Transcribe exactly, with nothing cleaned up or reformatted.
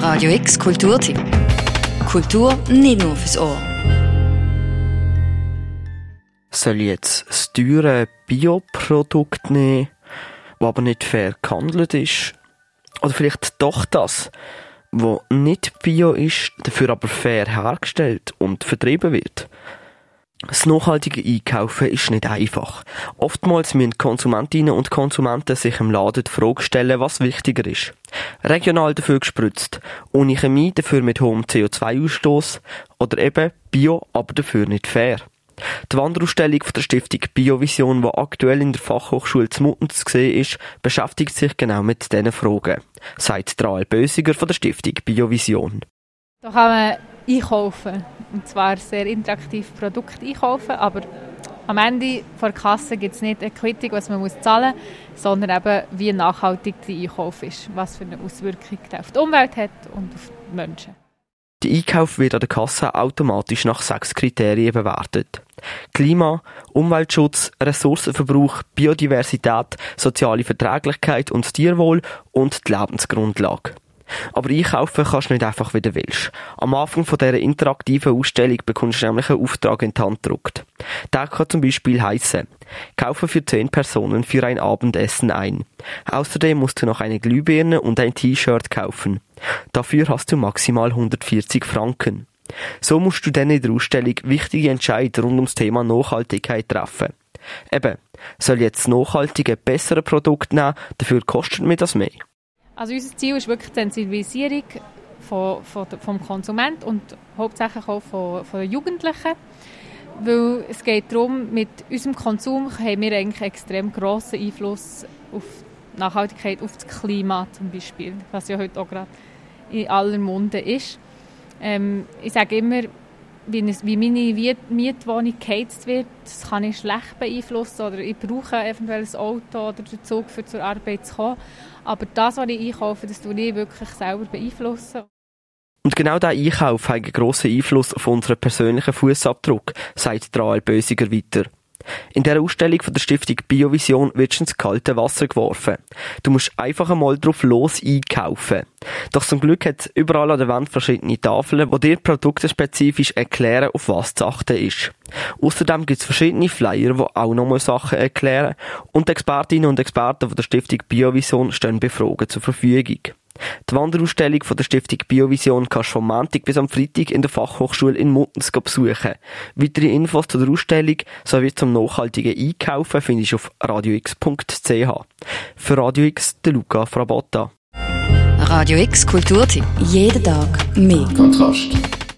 Radio X Kulturtipp. Kultur nicht nur fürs Ohr. Soll ich jetzt das teure Bioprodukt nehmen, das aber nicht fair gehandelt ist? Oder vielleicht doch das, was nicht bio ist, dafür aber fair hergestellt und vertrieben wird? Das nachhaltige Einkaufen ist nicht einfach. Oftmals müssen Konsumentinnen und Konsumenten sich im Laden die Frage stellen, was wichtiger ist. Regional dafür gespritzt, ohne Chemie, dafür mit hohem C O zwei Ausstoß oder eben bio, aber dafür nicht fair. Die Wanderausstellung von der Stiftung Biovision, die aktuell in der Fachhochschule zu Mutten zu sehen ist, beschäftigt sich genau mit diesen Fragen, sagt Rael Bösiger von der Stiftung Biovision. Da kann man einkaufen, und zwar sehr interaktiv Produkte einkaufen, aber am Ende der Kasse gibt es nicht eine Quittung, was man muss zahlen muss, sondern eben, wie nachhaltig der Einkauf ist, was für eine Auswirkung der auf die Umwelt hat und auf die Menschen. Der Einkauf wird an der Kasse automatisch nach sechs Kriterien bewertet. Klima, Umweltschutz, Ressourcenverbrauch, Biodiversität, soziale Verträglichkeit und Tierwohl und die Lebensgrundlage. Aber einkaufen kannst du nicht einfach, wie du willst. Am Anfang von dieser interaktiven Ausstellung bekommst du nämlich einen Auftrag in die Hand gedruckt. Der kann zum Beispiel heissen: Kaufe für zehn Personen für ein Abendessen ein. Außerdem musst du noch eine Glühbirne und ein T-Shirt kaufen. Dafür hast du maximal hundertvierzig Franken. So musst du dann in der Ausstellung wichtige Entscheidungen rund ums Thema Nachhaltigkeit treffen. Eben, soll ich jetzt nachhaltige, bessere Produkte nehmen, dafür kostet mir das mehr. Also unser Ziel ist wirklich die Sensibilisierung von, von, vom Konsumenten und hauptsächlich auch von, von den Jugendlichen. Weil es geht darum, mit unserem Konsum haben wir eigentlich extrem grossen Einfluss auf die Nachhaltigkeit, auf das Klima zum Beispiel, was ja heute auch gerade in aller Munde ist. Ähm, ich sage immer, wie, eine, wie meine Mietwohnung geheizt wird, das kann ich schlecht beeinflussen oder ich brauche eventuell ein Auto oder den Zug, um zur Arbeit zu kommen. Aber das, was ich einkaufe, das tue ich wirklich selber beeinflussen. Und genau dieser Einkauf hat einen grossen Einfluss auf unseren persönlichen Fußabdruck, sagt Rael Bösiger weiter. In dieser Ausstellung von der Stiftung Biovision wird schon ins kalte Wasser geworfen. Du musst einfach einmal drauf los einkaufen. Doch zum Glück hat es überall an der Wand verschiedene Tafeln, die dir produktespezifisch erklären, auf was zu achten ist. Außerdem gibt es verschiedene Flyer, die auch nochmal Sachen erklären, und die Expertinnen und Experten von der Stiftung Biovision stehen bei Fragen zur Verfügung. Die Wanderausstellung von der Stiftung Biovision kannst du vom Montag bis am Freitag in der Fachhochschule in Muttens besuchen. Weitere Infos zu der Ausstellung sowie zum nachhaltigen Einkaufen findest du auf radio x punkt c h. Für Radio X, der Luca Frabotta. Radio X Kulturtipp. Jeden Tag mehr. Kontrast.